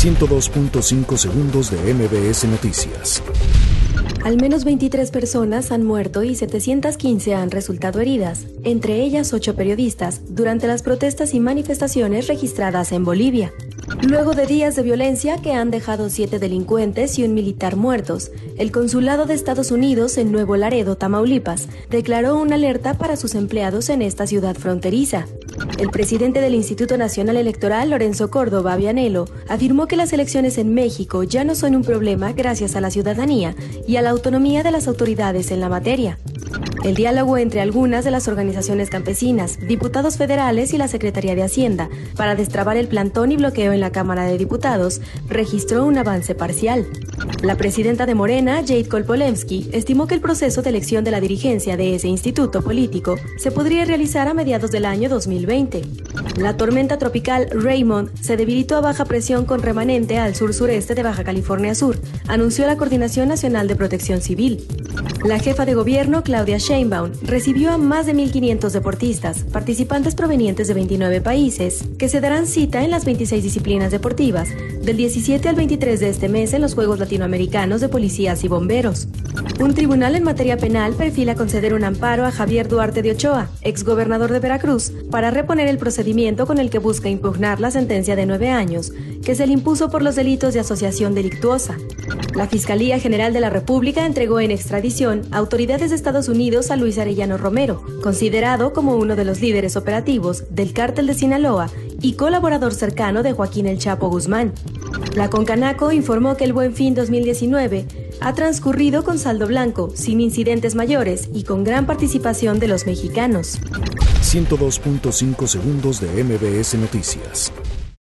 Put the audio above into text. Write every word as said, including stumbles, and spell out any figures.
ciento dos punto cinco segundos de M B S Noticias. Al menos veintitrés personas han muerto y setecientas quince han resultado heridas, entre ellas ocho periodistas, durante las protestas y manifestaciones registradas en Bolivia. Luego de días de violencia que han dejado siete delincuentes y un militar muertos, el Consulado de Estados Unidos en Nuevo Laredo, Tamaulipas, declaró una alerta para sus empleados en esta ciudad fronteriza. El presidente del Instituto Nacional Electoral, Lorenzo Córdoba Vianello, afirmó que las elecciones en México ya no son un problema gracias a la ciudadanía y a la autonomía de las autoridades en la materia. El diálogo entre algunas de las organizaciones campesinas, diputados federales y la Secretaría de Hacienda para destrabar el plantón y bloqueo en la Cámara de Diputados registró un avance parcial. La presidenta de Morena, Jade Kolpolemsky, estimó que el proceso de elección de la dirigencia de ese instituto político se podría realizar a mediados del año dos mil veinte. La tormenta tropical Raymond se debilitó a baja presión con remanente al sur-sureste de Baja California Sur, anunció la Coordinación Nacional de Protección Civil. La jefa de gobierno, Claudia Sheinbaum, recibió a más de mil quinientos deportistas, participantes provenientes de veintinueve países, que se darán cita en las veintiséis disciplinas deportivas, del diecisiete al veintitrés de este mes en los Juegos Latinoamericanos de Policías y Bomberos. Un tribunal en materia penal perfila conceder un amparo a Javier Duarte de Ochoa, exgobernador de Veracruz, para reponer el procedimiento con el que busca impugnar la sentencia de nueve años, que se le impuso por los delitos de asociación delictuosa. La Fiscalía General de la República entregó en extradición a autoridades de Estados Unidos a Luis Arellano Romero, considerado como uno de los líderes operativos del Cártel de Sinaloa y colaborador cercano de Joaquín El Chapo Guzmán. La Concanaco informó que el Buen Fin dos mil diecinueve ha transcurrido con saldo blanco, sin incidentes mayores y con gran participación de los mexicanos. ciento dos punto cinco segundos de M B S Noticias.